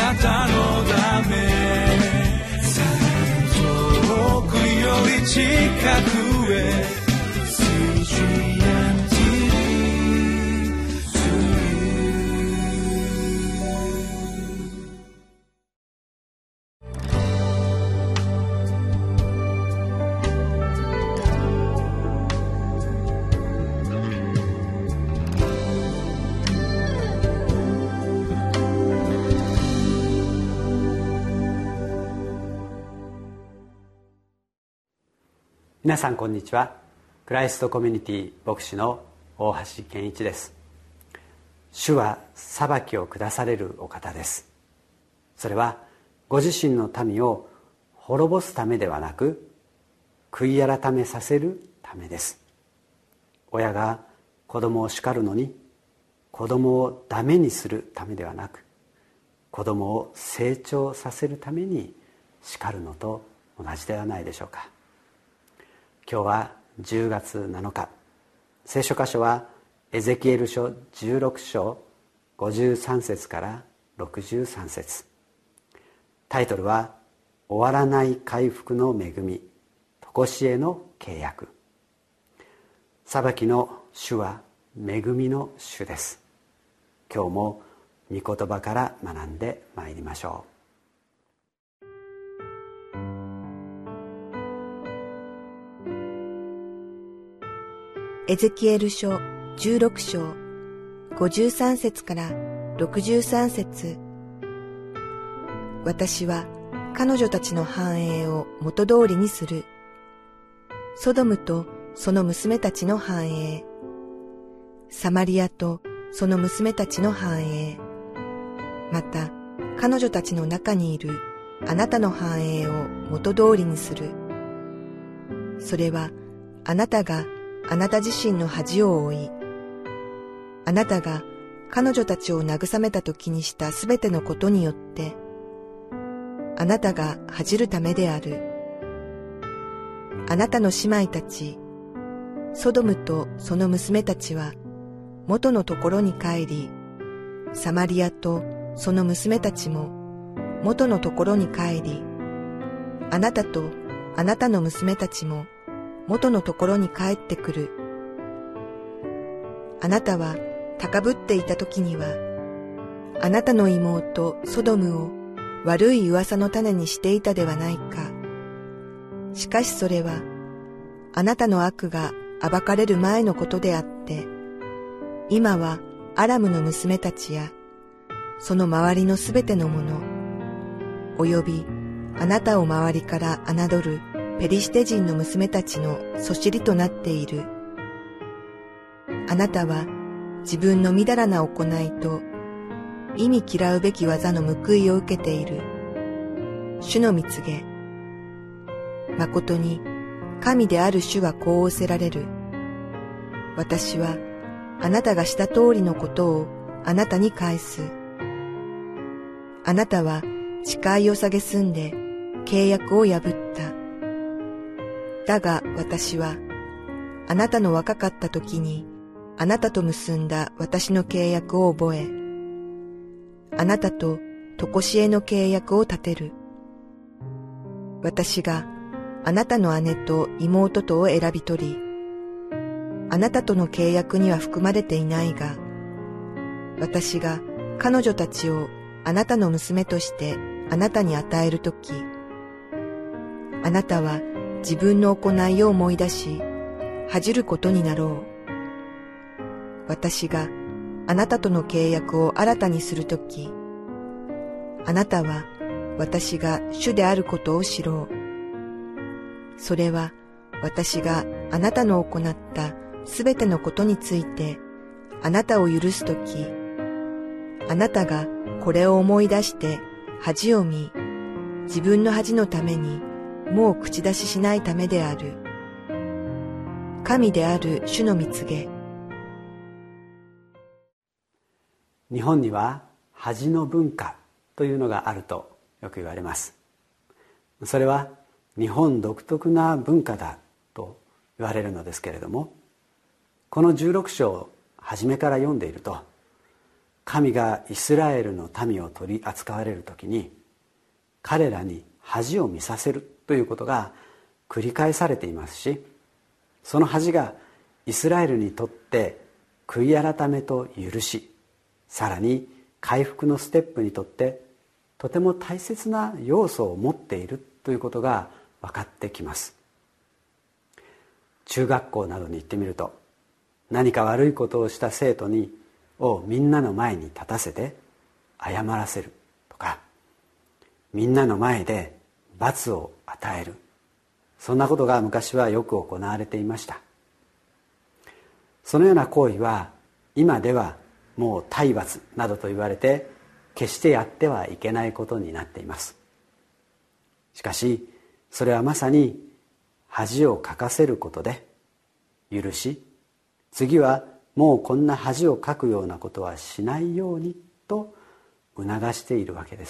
なたのため遠くより近くへ皆さんこんにちは。クライストコミュニティ牧師の大橋健一です。主は裁きを下されるお方です。それはご自身の民を滅ぼすためではなく、悔い改めさせるためです。親が子供を叱るのに、子供をダメにするためではなく、子供を成長させるために叱るのと同じではないでしょうか。今日は10月7日、聖書箇所はエゼキエル書16章53節から63節。タイトルは終わらない回復の恵み、常しえの契約。裁きの主は恵みの主です。今日も御言葉から学んでまいりましょう。 エゼキエル書16章53節から63節。私は彼女たちの繁栄を元通りにする。ソドムとその娘たちの繁栄、サマリアとその娘たちの繁栄、また彼女たちの中にいるあなたの繁栄を元通りにする。それはあなたがあなた自身の恥を負い、あなたが彼女たちを慰めた時にしたすべてのことによって、あなたが恥じるためである。あなたの姉妹たち、ソドムとその娘たちは元のところに帰り、サマリアとその娘たちも元のところに帰り、あなたとあなたの娘たちも元のところに帰ってくる。あなたは高ぶっていた時には、あなたの妹ソドムを悪い噂の種にしていたではないか。しかしそれは、あなたの悪が暴かれる前のことであって、今はアラムの娘たちや、その周りのすべてのもの、およびあなたを周りから侮るペリシテ人の娘たちのそしりとなっている。あなたは自分のみだらな行いと意味嫌うべき技の報いを受けている。主の蜜げ。誠に神である主はこう仰せられる。私はあなたがした通りのことをあなたに返す。あなたは誓いを蔑んで契約を破った。だが私は、あなたの若かった時に、あなたと結んだ私の契約を覚え、あなたと常しえの契約を立てる。私があなたの姉と妹とを選び取り、あなたとの契約には含まれていないが、私が彼女たちをあなたの娘としてあなたに与えるとき、あなたは自分の行いを思い出し、恥じることになろう。私があなたとの契約を新たにするとき、あなたは私が主であることを知ろう。それは私があなたの行ったすべてのことについてあなたを許すとき、あなたがこれを思い出して恥を見、自分の恥のためにもう口出ししないためである。神である主の蜜げ。 日本には恥の文化というのがあるとよく言われます。それは日本独特な文化だと言われるのですけれども、この16章を初めから読んでいると、 神がイスラエルの民を取り扱われる時に彼らに恥を見させるということが繰り返されていますし、その恥がイスラエルにとって悔い改めと許し、さらに回復のステップにとってとても大切な要素を持っているということが分かってきます。中学校などに行ってみると、何か悪いことをした生徒をみんなの前に立たせて謝らせるとか、みんなの前で罰を与える、そんなことが昔はよく行われていました。そのような行為は今ではもう体罰などと言われて決してやってはいけないことになっています。しかしそれはまさに恥をかかせることで許し、次はもうこんな恥をかくようなことはしないようにと促しているわけです。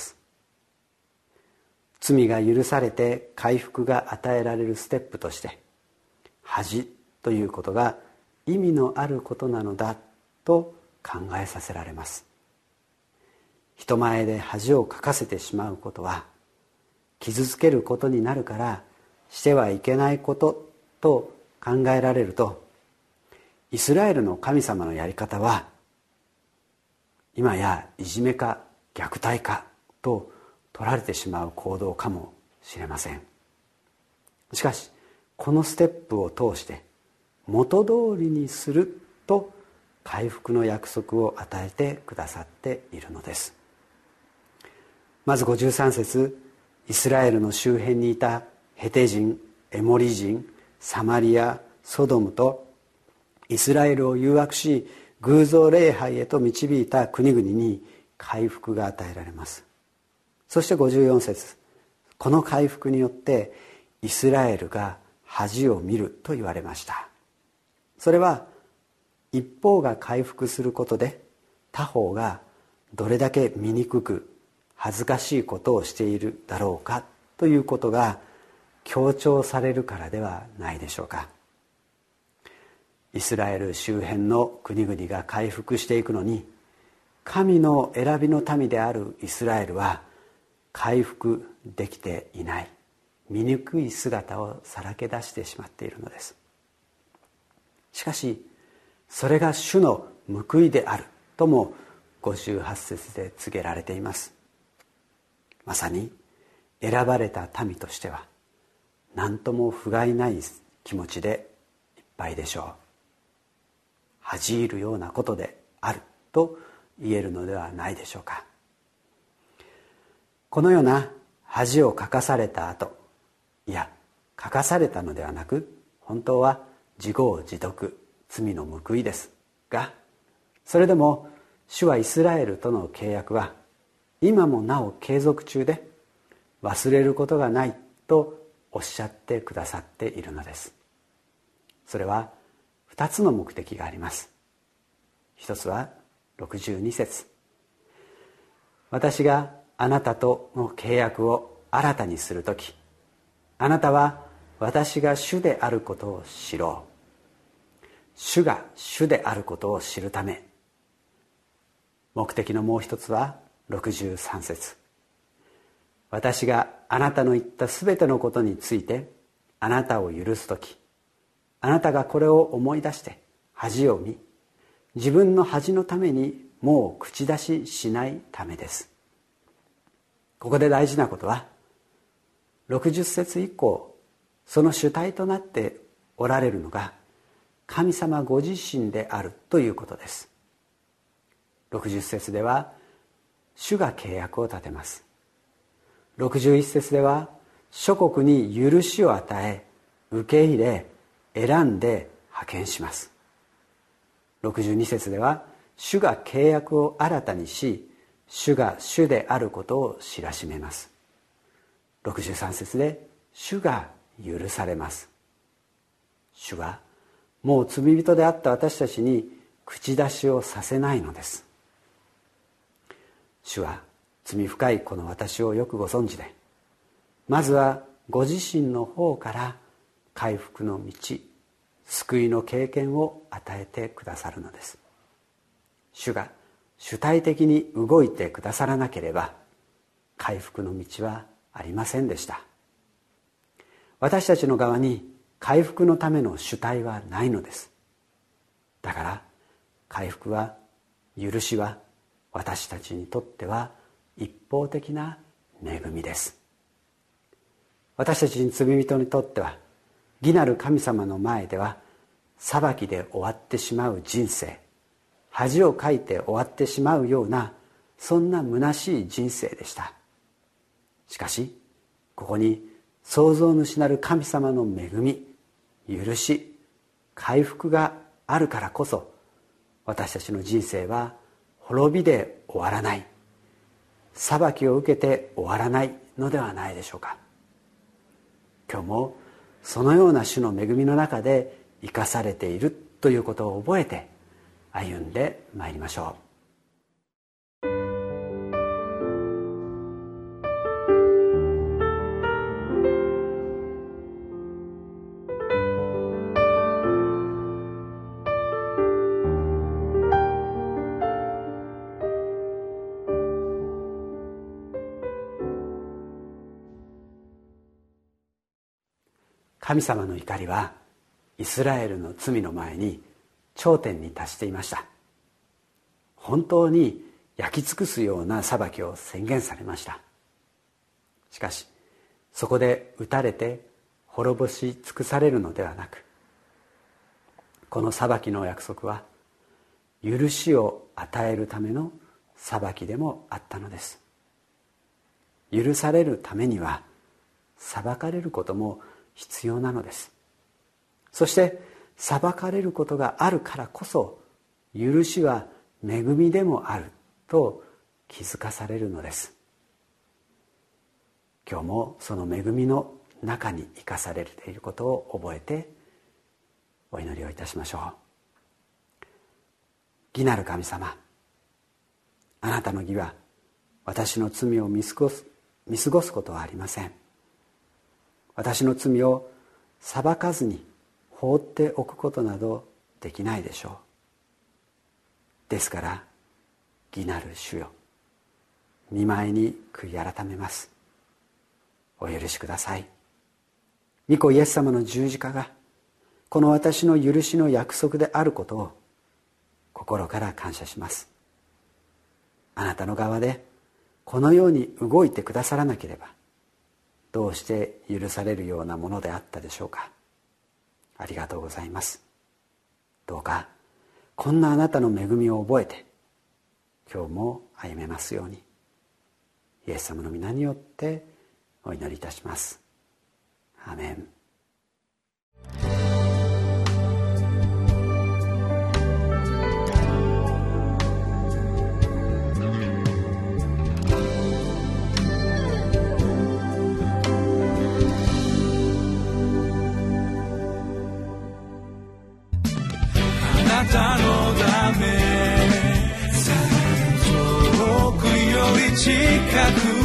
罪が許されて回復が与えられるステップとして恥ということが意味のあることなのだと考えさせられます。人前で恥をかかせてしまうことは傷つけることになるからしてはいけないことと考えられると、イスラエルの神様のやり方は今やいじめか虐待かと取られてしまう行動かもしれません。しかしこのステップを通して元通りにすると回復の約束を与えてくださっているのです。まず53節、イスラエルの周辺にいたヘテ人、エモリ人、サマリア、ソドムとイスラエルを誘惑し偶像礼拝へと導いた国々に回復が与えられます。そして54節、この回復によってイスラエルが恥を見ると言われました。それは一方が回復することで他方がどれだけ醜く恥ずかしいことをしているだろうかということが強調されるからではないでしょうか。イスラエル周辺の国々が回復していくのに、神の選びの民であるイスラエルは回復できていない醜い姿をさらけ出してしまっているのです。しかしそれが主の報いであるとも58節で告げられています。まさに選ばれた民としては何とも不甲斐ない気持ちでいっぱいでしょう。恥じるようなことであると言えるのではないでしょうか。このような恥をかかされた後、いやかかされたのではなく本当は自業自得、罪の報いですが、それでも主はイスラエルとの契約は今もなお継続中で忘れることがないとおっしゃってくださっているのです。それは2つの目的があります。一つは62節、私があなたとの契約を新たにするとき、あなたは私が主であることを知ろう。主が主であることを知るため。目的のもう一つは63節、私があなたの言ったすべてのことについてあなたを許すとき、あなたがこれを思い出して恥を見、自分の恥のためにもう口出ししないためです。ここで大事なことは60節以降、その主体となっておられるのが神様ご自身であるということです。60節では主が契約を立てます。61節では諸国に許しを与え受け入れ選んで派遣します。62節では主が契約を新たにし、主が主であることを知らしめます。63節で主が許されます。主はもう罪人であった私たちに口出しをさせないのです。主は罪深いこの私をよくご存知で、まずはご自身の方から回復の道、救いの経験を与えてくださるのです。主が主体的に動いてくださらなければ回復の道はありませんでした。私たちの側に回復のための主体はないのです。だから回復は、許しは私たちにとっては一方的な恵みです。私たち罪人にとっては、義なる神様の前では裁きで終わってしまう人生、恥をかいて終わってしまうような、そんな虚しい人生でした。しかしここに創造主なる神様の恵み、許し、回復があるからこそ、私たちの人生は滅びで終わらない、裁きを受けて終わらないのではないでしょうか。今日もそのような主の恵みの中で生かされているということを覚えて歩んでまいりましょう。神様の怒りはイスラエルの罪の前に頂点に達していました。本当に焼き尽くすような裁きを宣言されました。しかしそこで打たれて滅ぼし尽くされるのではなく、この裁きの約束は許しを与えるための裁きでもあったのです。許されるためには裁かれることも必要なのです。そして裁かれることがあるからこそ、許しは恵みでもあると気づかされるのです。今日もその恵みの中に生かされていることを覚えてお祈りをいたしましょう。義なる神様、あなたの義は私の罪を見過ごすことはありません。私の罪を裁かずに放っておくことなどできないでしょう。ですから義なる主よ、御前に悔い改めます。お許しください。御子イエス様の十字架がこの私の許しの約束であることを心から感謝します。あなたの側でこのように動いてくださらなければ、どうして許されるようなものであったでしょうか。ありがとうございます。どうかこんなあなたの恵みを覚えて今日も歩めますように、イエス様の皆によってお祈りいたします。アーメン。 あなたのため遠くより近く